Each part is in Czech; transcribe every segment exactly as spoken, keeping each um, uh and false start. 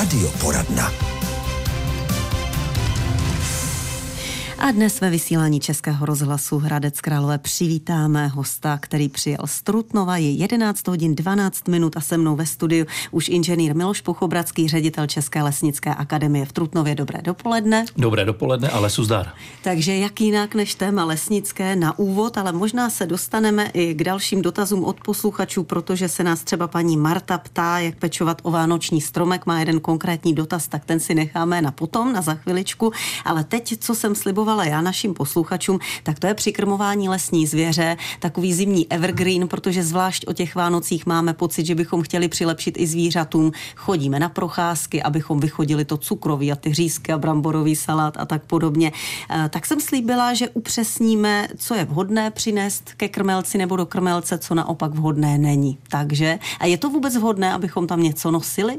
Radioporadna. A dnes ve vysílání Českého rozhlasu Hradec Králové přivítáme hosta, který přijel z Trutnova. Je jedenáct hodin dvanáct minut a se mnou ve studiu už inženýr Miloš Pochobradský, ředitel České lesnické akademie v Trutnově. Dobré dopoledne. Dobré dopoledne a lesu zdar. Takže jak jinak než téma lesnické na úvod, ale možná se dostaneme i k dalším dotazům od posluchačů, protože se nás třeba paní Marta ptá, jak pečovat o vánoční stromek. Má jeden konkrétní dotaz, tak ten si necháme na potom, na za chviličku. Ale teď, co jsem slibovala já našim posluchačům, tak to je přikrmování lesní zvěře, takový zimní evergreen, protože zvlášť o těch Vánocích máme pocit, že bychom chtěli přilepšit i zvířatům. Chodíme na procházky, abychom vychodili to cukroví a ty řízky a bramborový salát a tak podobně. Tak jsem slíbila, že upřesníme, co je vhodné přinést ke krmelci nebo do krmelce, co naopak vhodné není. Takže, a je to vůbec vhodné, abychom tam něco nosili?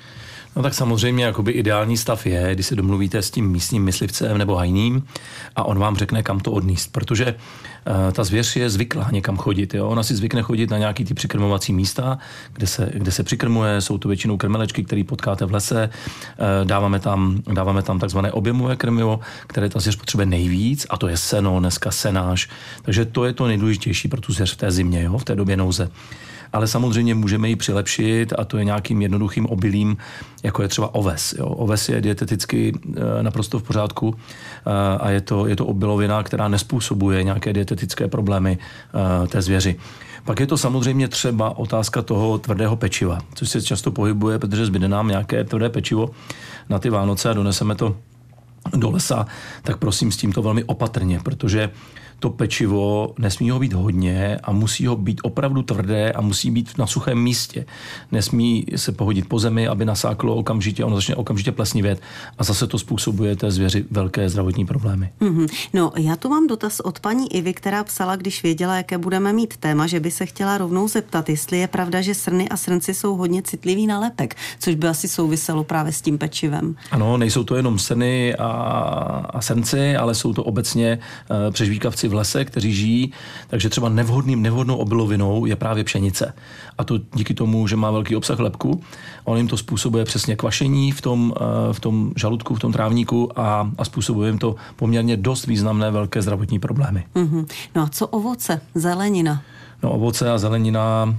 No tak samozřejmě jakoby ideální stav je, když se domluvíte s tím místním myslivcem nebo hajným a on vám řekne, kam to odníst, protože uh, ta zvěř je zvyklá někam chodit. Jo? Ona si zvykne chodit na nějaký ty přikrmovací místa, kde se, kde se přikrmuje, jsou to většinou krmelečky, které potkáte v lese, uh, dáváme tam, dáváme tam takzvané objemové krmivo, které ta zvěř potřebuje nejvíc, a to je seno, dneska senáš, takže to je to nejdůležitější pro tu zvěř v té zimě, jo? V té době nouze. Ale samozřejmě můžeme ji přilepšit a to je nějakým jednoduchým obilím, jako je třeba oves. Jo. Oves je dieteticky e, naprosto v pořádku e, a je to, je to obilovina, která nespůsobuje nějaké dietetické problémy e, té zvěři. Pak je to samozřejmě třeba otázka toho tvrdého pečiva, což se často pohybuje, protože zbyde nám nějaké tvrdé pečivo na ty Vánoce a doneseme to do lesa, tak prosím s tímto velmi opatrně, protože to pečivo nesmí ho být hodně a musí ho být opravdu tvrdé a musí být na suchém místě. Nesmí se pohodit po zemi, aby nasáklo okamžitě, ono začne okamžitě plesnivět a zase to způsobuje té zvěři velké zdravotní problémy. Mm-hmm. No, já tu mám dotaz od paní Ivy, která psala, když věděla, jaké budeme mít téma, že by se chtěla rovnou zeptat, jestli je pravda, že srny a srnci jsou hodně citliví na lepek, což by asi souviselo právě s tím pečivem. Ano, nejsou to jenom srny a, a srnci, ale jsou to obecně uh, přežvíkavci v lese, kteří žijí, takže třeba nevhodným, nevhodnou obilovinou je právě pšenice. A to díky tomu, že má velký obsah lepku, on jim to způsobuje přesně kvašení v tom, v tom žaludku, v tom trávníku a, a způsobuje jim to poměrně dost významné velké zdravotní problémy. Mm-hmm. No a co ovoce, zelenina? No ovoce a zelenina,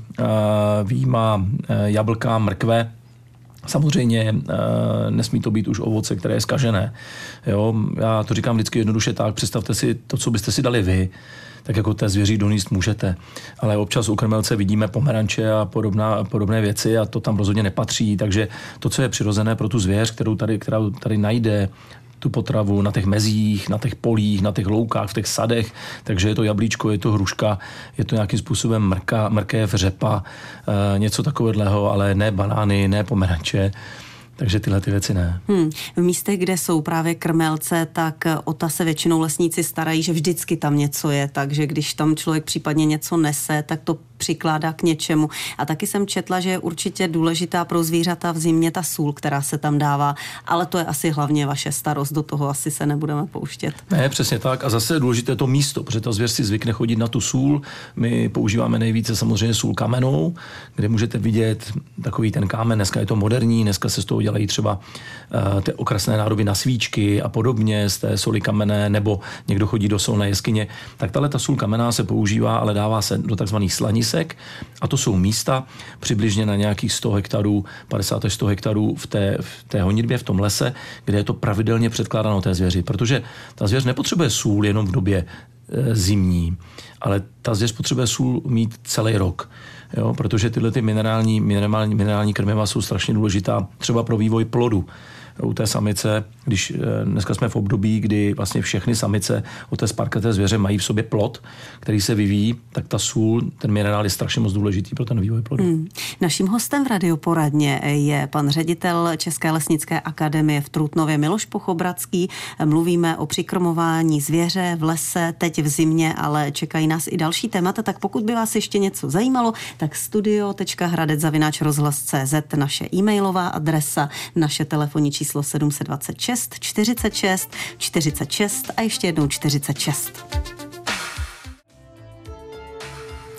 vyjma jablka, mrkve. Samozřejmě e, nesmí to být už ovoce, které je zkažené. Jo, já to říkám vždycky jednoduše tak, představte si to, co byste si dali vy, tak jako té zvěří doníst můžete. Ale občas u krmelce vidíme pomeranče a podobná, podobné věci a to tam rozhodně nepatří, takže to, co je přirozené pro tu zvěř, kterou tady, která tady najde, tu potravu na těch mezích, na těch polích, na těch loukách, v těch sadech, takže je to jablíčko, je to hruška, je to nějakým způsobem mrka, mrkev, řepa, e, něco takového, ale ne banány, ne pomeranče. Takže tyhle ty věci ne. Hmm. V místech, kde jsou právě krmelce, tak o ta se většinou lesníci starají, že vždycky tam něco je, takže když tam člověk případně něco nese, tak to přikládá k něčemu. A taky jsem četla, že je určitě důležitá pro zvířata v zimě ta sůl, která se tam dává, ale to je asi hlavně vaše starost, do toho asi se nebudeme pouštět. Ne, přesně tak. A zase je důležité to místo, protože ta zvěř si zvykne chodit na tu sůl. My používáme nejvíce samozřejmě sůl kamenou, kde můžete vidět takový ten kámen. Dneska je to moderní, dneska se z toho dělají třeba uh, ty okrasné nádoby na svíčky a podobně z té soli kamenné, nebo někdo chodí do solné jeskyně. Tak tahle ta sůl kamenná se používá, ale dává se do takzvaných slanisek. A to jsou místa přibližně na nějakých sto hektarů, padesát až sto hektarů v té, v té honitbě, v tom lese, kde je to pravidelně předkládáno té zvěři. Protože ta zvěř nepotřebuje sůl jenom v době e, zimní, ale ta zvěř potřebuje sůl mít celý rok. Jo? Protože tyhle ty minerální, minerální, minerální krmiva jsou strašně důležitá třeba pro vývoj plodu. U té samice, když dneska jsme v období, kdy vlastně všechny samice od té sparkaté zvěře mají v sobě plod, který se vyvíjí, tak ta sůl, ten minerál je strašně moc důležitý pro ten vývoj plodu. Hmm. Naším hostem v Radioporadně je pan ředitel České lesnické akademie v Trutnově Miloš Pochobradský. Mluvíme o přikrmování zvěře v lese teď v zimě, ale čekají nás i další témata, tak pokud by vás ještě něco zajímalo, tak studio tečka hradec zavináč rozhlas tečka cé zet naše e-mailová adresa, naše telefonní číslo sedm set dvacet šest čtyřicet šest čtyřicet šest a ještě jednou čtyřicet šest.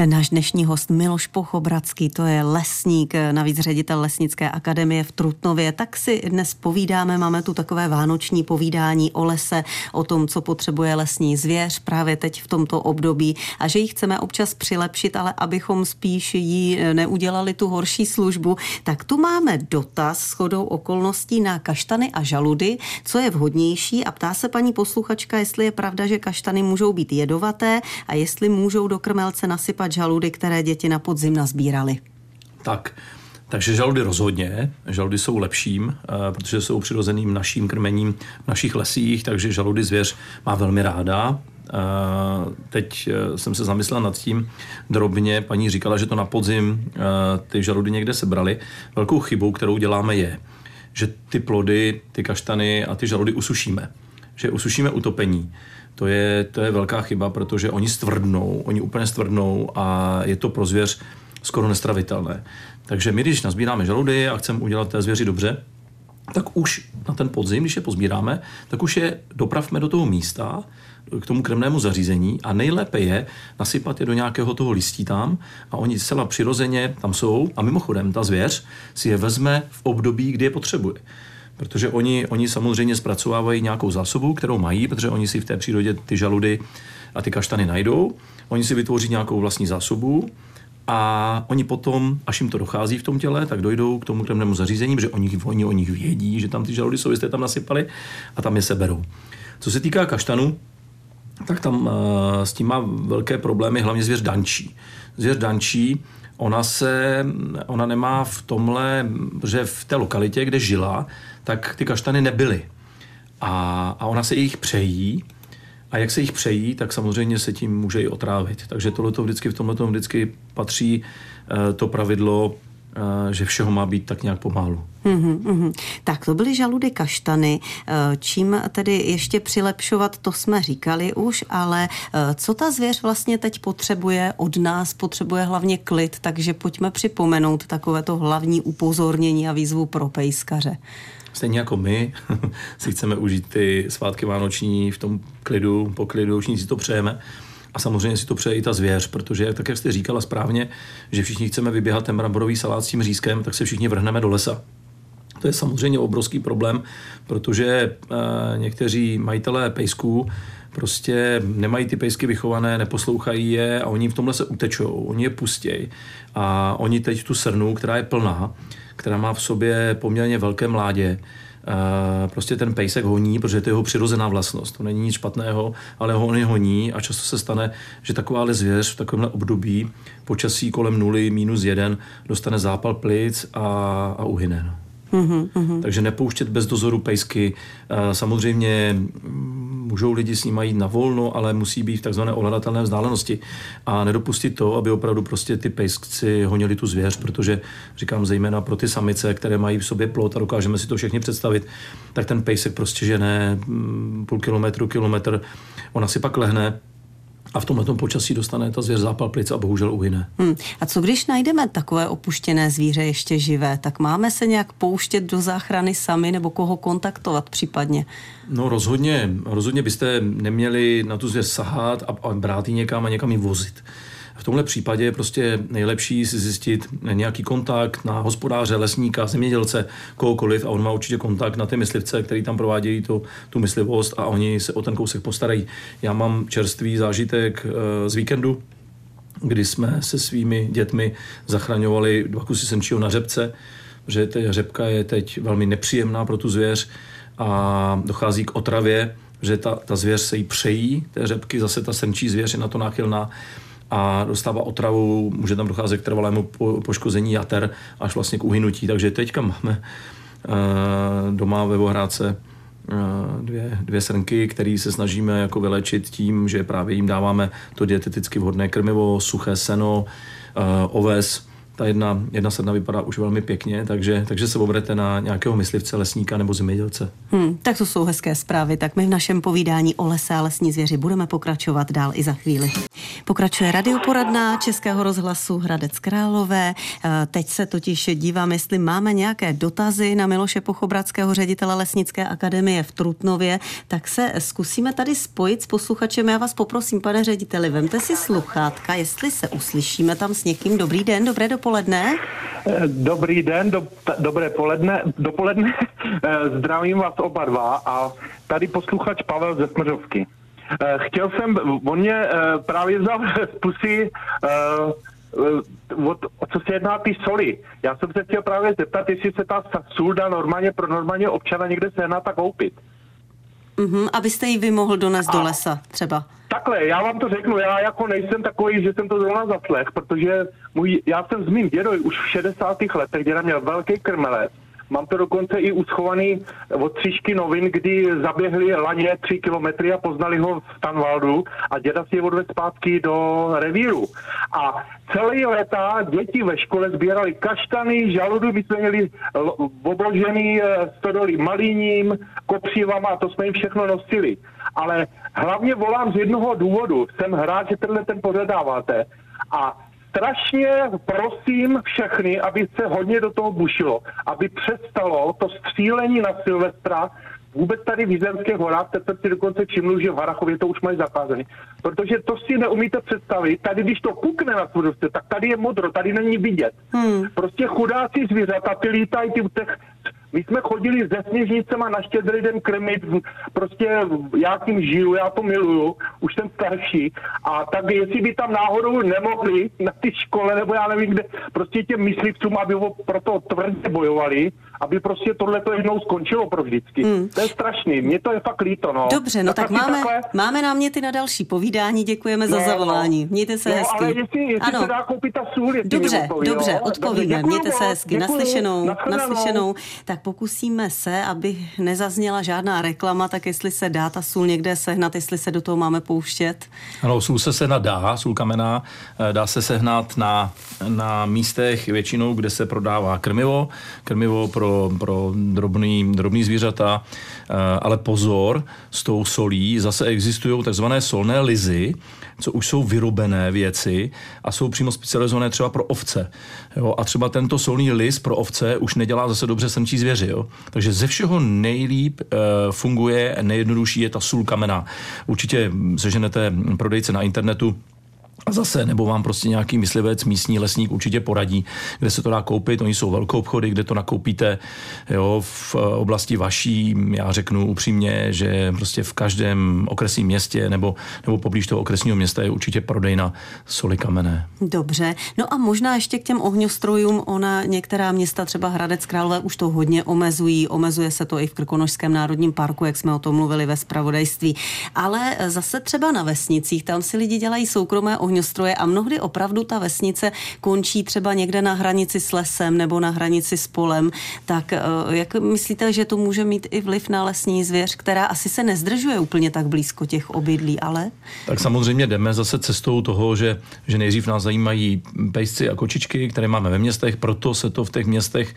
Náš dnešní host Miloš Pochobradský, to je lesník, navíc ředitel Lesnické akademie v Trutnově. Tak si dnes povídáme, máme tu takové vánoční povídání o lese, o tom, co potřebuje lesní zvěř právě teď v tomto období a že ji chceme občas přilepšit, ale abychom spíš jí neudělali tu horší službu. Tak tu máme dotaz shodou okolností na kaštany a žaludy, co je vhodnější, a ptá se paní posluchačka, jestli je pravda, že kaštany můžou být jedovaté a jestli můžou do krmelce nasypat žaludy, které děti na podzim nazbíraly. Tak, takže žaludy rozhodně. Žaludy jsou lepším, protože jsou přirozeným naším krmením v našich lesích, takže žaludy zvěř má velmi ráda. Teď jsem se zamyslel nad tím drobně. Paní říkala, že to na podzim ty žaludy někde sebrali. Velkou chybou, kterou děláme, je, že ty plody, ty kaštany a ty žaludy usušíme. Že usušíme utopení. To je, to je velká chyba, protože oni stvrdnou, oni úplně stvrdnou a je to pro zvěř skoro nestravitelné. Takže my, když nazbíráme žaludy a chceme udělat té zvěři dobře, tak už na ten podzim, když je pozbíráme, tak už je dopravme do toho místa, k tomu krmnému zařízení a nejlépe je nasypat je do nějakého toho listí tam a oni zcela přirozeně tam jsou a mimochodem ta zvěř si je vezme v období, kdy je potřebuje. Protože oni, oni samozřejmě zpracovávají nějakou zásobu, kterou mají, protože oni si v té přírodě ty žaludy a ty kaštany najdou. Oni si vytvoří nějakou vlastní zásobu a oni potom, až jim to dochází v tom těle, tak dojdou k tomu krmnému zařízení, protože oni, oni o nich vědí, že tam ty žaludy jsou, jste tam nasypali a tam je seberou. Co se týká kaštanu, tak tam uh, s tím má velké problémy, hlavně zvěř dančí. Zvěř dančí, ona se, ona nemá v tomhle, protože v té lokalitě, kde žila, tak ty kaštany nebyly. A, a ona se jich přejí. A jak se jich přejí, tak samozřejmě se tím může i otrávit. Takže tohleto vždycky v tomhletom vždycky patří uh, to pravidlo, uh, že všeho má být tak nějak pomálu. Uhum, uhum. Tak to byly žaludy kaštany. Čím tedy ještě přilepšovat, to jsme říkali už, ale co ta zvěř vlastně teď potřebuje od nás? Potřebuje hlavně klid, takže pojďme připomenout takovéto hlavní upozornění a výzvu pro pejskaře. Stejně jako my si chceme užít ty svátky vánoční v tom klidu, poklidu, všichni si to přejeme. A samozřejmě si to přeje i ta zvěř, protože tak, jak jste říkala správně, že všichni chceme vyběhat ten bramborový salát s tím řízkem, tak se všichni vrhneme do lesa. To je samozřejmě obrovský problém, protože e, někteří majitelé pejsků prostě nemají ty pejsky vychované, neposlouchají je a oni v tomhle se utečou, oni je pustějí. A oni teď tu srnu, která je plná, která má v sobě poměrně velké mládě, e, prostě ten pejsek honí, protože to je jeho přirozená vlastnost. To není nic špatného, ale ho oni honí a často se stane, že takováhle zvěř v takovémhle období počasí kolem nuly, minus jeden, dostane zápal plic a, a uhyne. Uhum, uhum. Takže nepouštět bez dozoru pejsky. Samozřejmě můžou lidi s nimi jít na volno, ale musí být v takzvané ohledatelné vzdálenosti a nedopustit to, aby opravdu prostě ty pejsci honili tu zvěř, protože říkám zejména pro ty samice, které mají v sobě plot a dokážeme si to všichni představit, tak ten pejsek prostě žene půl kilometru, kilometr, ona si pak lehne a v tomhletom počasí dostane ta zvěř zápal plic a bohužel uhyne. Hmm. A co když najdeme takové opuštěné zvíře ještě živé, tak máme se nějak pouštět do záchrany sami nebo koho kontaktovat případně? No rozhodně, rozhodně byste neměli na tu zvěř sahat a, a brát ji někam a někam ji vozit. V tomhle případě je prostě nejlepší si zjistit nějaký kontakt na hospodáře, lesníka, zemědělce, kohokoliv a on má určitě kontakt na ty myslivce, který tam provádějí tu, tu myslivost a oni se o ten kousek postarají. Já mám čerstvý zážitek z víkendu, kdy jsme se svými dětmi zachraňovali dva kusy semčího na řepce, že ta řepka je teď velmi nepříjemná pro tu zvěř a dochází k otravě, že ta, ta zvěř se jí přejí, té řepky, zase ta semčí zvěř je na to náchylná a dostává otravu, může tam docházet k trvalému poškození jater až vlastně k uhynutí. Takže teďka máme uh, doma ve Vohrádce uh, dvě, dvě srnky, které se snažíme jako vylečit tím, že právě jim dáváme to dieteticky vhodné krmivo, suché seno, uh, oves ta jedna, jedna sedna vypadá už velmi pěkně, takže, takže se obrete na nějakého myslivce, lesníka nebo zemědělce. Hmm, tak to jsou hezké zprávy, tak my v našem povídání o lese a lesní zvěři budeme pokračovat dál i za chvíli. Pokračuje radioporadna Českého rozhlasu Hradec Králové. Teď se totiž dívám, jestli máme nějaké dotazy na Miloše Pochobradského, ředitele Lesnické akademie v Trutnově, tak se zkusíme tady spojit s posluchačem. Já vás poprosím, pane řediteli, vemte si sluchátka, jestli se uslyšíme tam s někým. Dobrý den, dobré dopoledne. Dobrý den, do, dobré poledne, dopoledne. Zdravím vás oba dva a tady posluchač Pavel ze Smržovky. Chtěl jsem, on mě právě vzal z pusy, o, o co se jedná ty soli. Já jsem se chtěl právě zeptat, jestli se ta sůl dá normálně pro normálně občana někde sehnat a koupit. Mm-hmm, abyste ji vy mohl donést a do lesa třeba. Takhle, já vám to řeknu, já jako nejsem takový, že jsem to zrovna zaslech, protože můj, já jsem s mým dědou už v šedesátých letech, děda měl velký krmelec. Mám to dokonce i uschovaný od tříšky novin, kdy zaběhli laně tři kilometry a poznali ho v Tanvaldu a děda si je odvedl zpátky do revíru. A celý léta děti ve škole sbírali kaštany, žaludu, my jsme měli obložený stodoly malíním, kopřivama a to jsme jim všechno nosili. Ale hlavně volám z jednoho důvodu, jsem rád, že tenhle ten pořadáváte a strašně prosím všechny, aby se hodně do toho bušilo, aby přestalo to střílení na Silvestra, vůbec tady v Jizerských horách, teď jsem si dokonce všiml, že v Harrachově to už mají zakázané. Protože to si neumíte představit, tady když to pukne na Silvestre, tak tady je modro, tady není vidět. Hmm. Prostě chudáci zvířata, ty lítají, ty těch... My jsme chodili se sněžnicema na Štědrý den krmit, prostě já tím žiju, já to miluju, už jsem starší. A tak jestli by tam náhodou nemohli na ty škole, nebo já nevím kde, prostě těm myslivcům, aby proto tvrdě bojovali, aby prostě tohleto jednou skončilo pro vždycky. Hmm. To je strašný, mně to je fakt líto, no. Dobře, no tak, tak máme, takhle... máme náměty na další povídání, děkujeme no, za zavolání. Mějte se no, hezky. Ale jestli, jestli se dá koupit ta sůl, dobře, odpoví, dobře, no? odpovíme, Děkuju, mějte se hezky, děkuju, naslyšenou, naslyšenou. naslyšenou. Tak pokusíme se, aby nezazněla žádná reklama, tak jestli se dá ta sůl někde sehnat, jestli se do toho máme pouštět. Ano, sůl se sehnat dá, sůl kamenná, dá se sehnat na, na místech většinou, kde se prodává krmivo, krmivo pro, pro drobný, drobný zvířata, ale pozor, s tou solí zase existují takzvané solné lizy, co už jsou vyrobené věci a jsou přímo specializované třeba pro ovce. Jo? A třeba tento solný lis pro ovce už nedělá zase dobře srnčí zvěři. Jo? Takže ze všeho nejlíp e, funguje, nejjednodušší je ta sůl kamenná. Určitě seženete prodejce na internetu, a zase, nebo vám prostě nějaký myslivec, místní lesník určitě poradí, kde se to dá koupit. Oni jsou velkou obchody, kde to nakoupíte, jo, v oblasti vaší. Já řeknu upřímně, že prostě v každém okresním městě nebo, nebo poblíž toho okresního města je určitě prodejna soli kamenné. Dobře. No a možná ještě k těm ohňostrojům. Ona některá města, třeba Hradec Králové, už to hodně omezují. Omezuje se to i v Krkonošském národním parku, jak jsme o tom mluvili ve zpravodajství. Ale zase třeba na vesnicích, tam si lidi dělají soukromé ohňostroje a mnohdy opravdu ta vesnice končí třeba někde na hranici s lesem nebo na hranici s polem. Tak jak myslíte, že to může mít i vliv na lesní zvěř, která asi se nezdržuje úplně tak blízko těch obydlí, ale? Tak samozřejmě jdeme zase cestou toho, že, že nejdřív nás zajímají pejsci a kočičky, které máme ve městech, proto se to v těch městech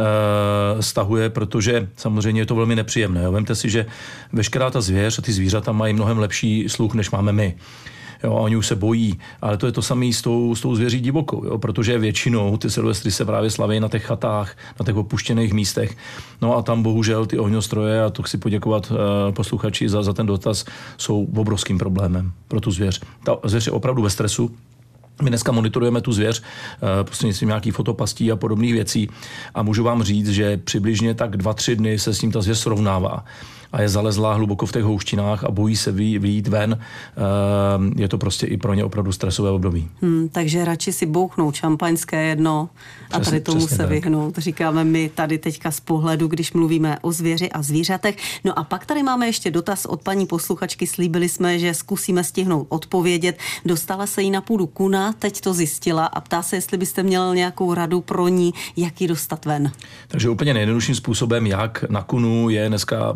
e, stahuje, protože samozřejmě je to velmi nepříjemné. Jo? Vemte si, že veškerá ta zvěř a ty zvířata mají mnohem lepší sluch, než máme my. Jo, oni už se bojí, ale to je to samé s tou, s tou zvěří divokou, jo, protože většinou ty silvestry se právě slaví na těch chatách, na těch opuštěných místech. No a tam bohužel ty ohňostroje, a to chci poděkovat uh, posluchači za, za ten dotaz, jsou obrovským problémem pro tu zvěř. Ta zvěř je opravdu ve stresu. My dneska monitorujeme tu zvěř uh, prostřednictvím nějakých fotopastí a podobných věcí a můžu vám říct, že přibližně tak dva, tři dny se s ním ta zvěř srovnává a je zalezlá hluboko v těch houštinách a bojí se vyjít ven. Je to prostě i pro ně opravdu stresové období. Hmm, takže radši si bouchnout šampaňské jedno a přesně, tady tomu se tak vyhnout. Říkáme my tady teďka z pohledu, když mluvíme o zvěři a zvířatech. No a pak tady máme ještě dotaz od paní posluchačky. Slíbili jsme, že zkusíme stihnout odpovědět. Dostala se jí na půdu kuna, teď to zjistila a ptá se, jestli byste měl nějakou radu pro ní, jak ji dostat ven. Takže úplně nejjednodušším způsobem, jak na kunu je dneska se prodá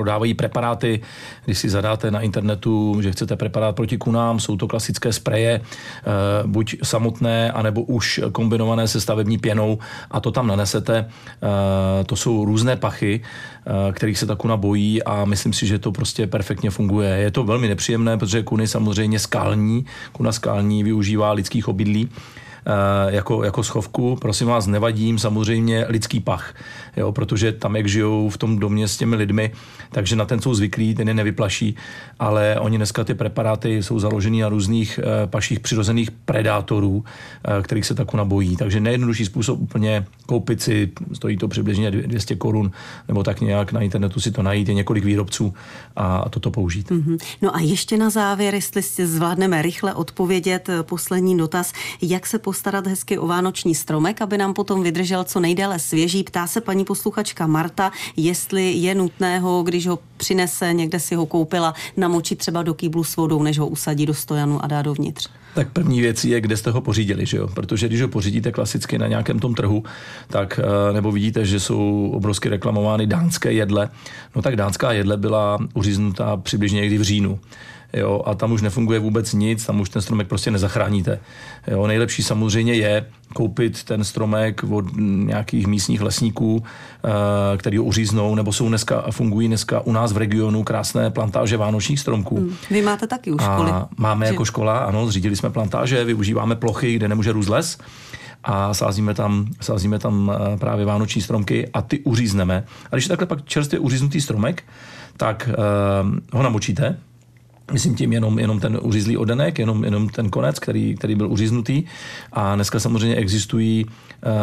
prodávají preparáty, když si zadáte na internetu, že chcete preparát proti kunám, jsou to klasické spreje, buď samotné, anebo už kombinované se stavební pěnou a to tam nanesete. To jsou různé pachy, kterých se ta kuna bojí a myslím si, že to prostě perfektně funguje. Je to velmi nepříjemné, protože kuny samozřejmě skalní, kuna skalní využívá lidských obydlí jako, jako schovku. Prosím vás, nevadím samozřejmě lidský pach, jo, protože tam, jak žijou v tom domě s těmi lidmi, takže na ten jsou zvyklí, ten je nevyplaší, ale oni dneska ty preparáty jsou založený na různých paších přirozených predátorů, kterých se ta kuna bojí. Takže nejjednodušší způsob úplně koupit si, stojí to přibližně dvě stě korun, nebo tak nějak na internetu si to najít, je několik výrobců a toto použít. Mm-hmm. No a ještě na závěr, jestli si zvládneme rychle odpovědět, poslední dotaz, jak se postarat hezky o vánoční stromek, aby nám potom vydržel co nejdéle svěží. Ptá se paní posluchačka Marta, jestli je nutné ho, když ho přinese, někde si ho koupila, namočit třeba do kýblu s vodou, než ho usadí do stojanu a dá dovnitř. Tak první věc je, kde jste ho pořídili, že jo? Protože když ho pořídíte klasicky na nějakém tom trhu, tak nebo vidíte, že jsou obrovsky reklamovány dánské jedle, no tak dánská jedle byla uříznutá přibližně někdy v říjnu. Jo, a tam už nefunguje vůbec nic, tam už ten stromek prostě nezachráníte. Jo, nejlepší samozřejmě je koupit ten stromek od nějakých místních lesníků, který ho uříznou, nebo jsou dneska a fungují dneska u nás v regionu krásné plantáže vánočních stromků. Hmm. Vy máte taky už školy. A máme že? Jako škola, ano, zřídili jsme plantáže, využíváme plochy, kde nemůže růst les a sázíme tam, sázíme tam právě vánoční stromky a ty uřízneme. A když je takhle pak čerstvě uříznutý stromek, tak uh, ho namočíte. Myslím tím jenom, jenom ten uřízlý odenek, jenom, jenom ten konec, který, který byl uříznutý. A dneska samozřejmě existují uh,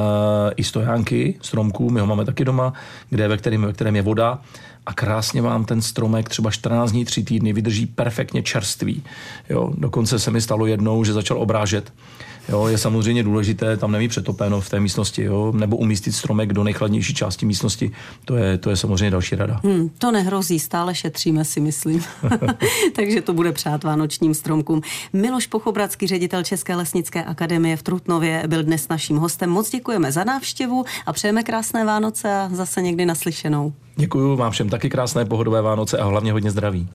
i stojánky stromků, my ho máme taky doma, kde, ve, kterém, ve kterém je voda a krásně vám ten stromek třeba čtrnáct dní, tři týdny vydrží perfektně čerstvý. Jo, dokonce se mi stalo jednou, že začal obrážet. Jo, je samozřejmě důležité tam nemít přetopeno v té místnosti, jo, nebo umístit stromek do nejchladnější části místnosti. To je, to je samozřejmě další rada. Hmm, to nehrozí, stále šetříme, si myslím. Takže to bude přát vánočním stromkům. Miloš Pochobradský, ředitel České lesnické akademie v Trutnově, byl dnes naším hostem. Moc děkujeme za návštěvu a přejeme krásné Vánoce a zase někdy naslyšenou. Děkuju, vám všem taky krásné pohodové Vánoce a hlavně hodně zdraví.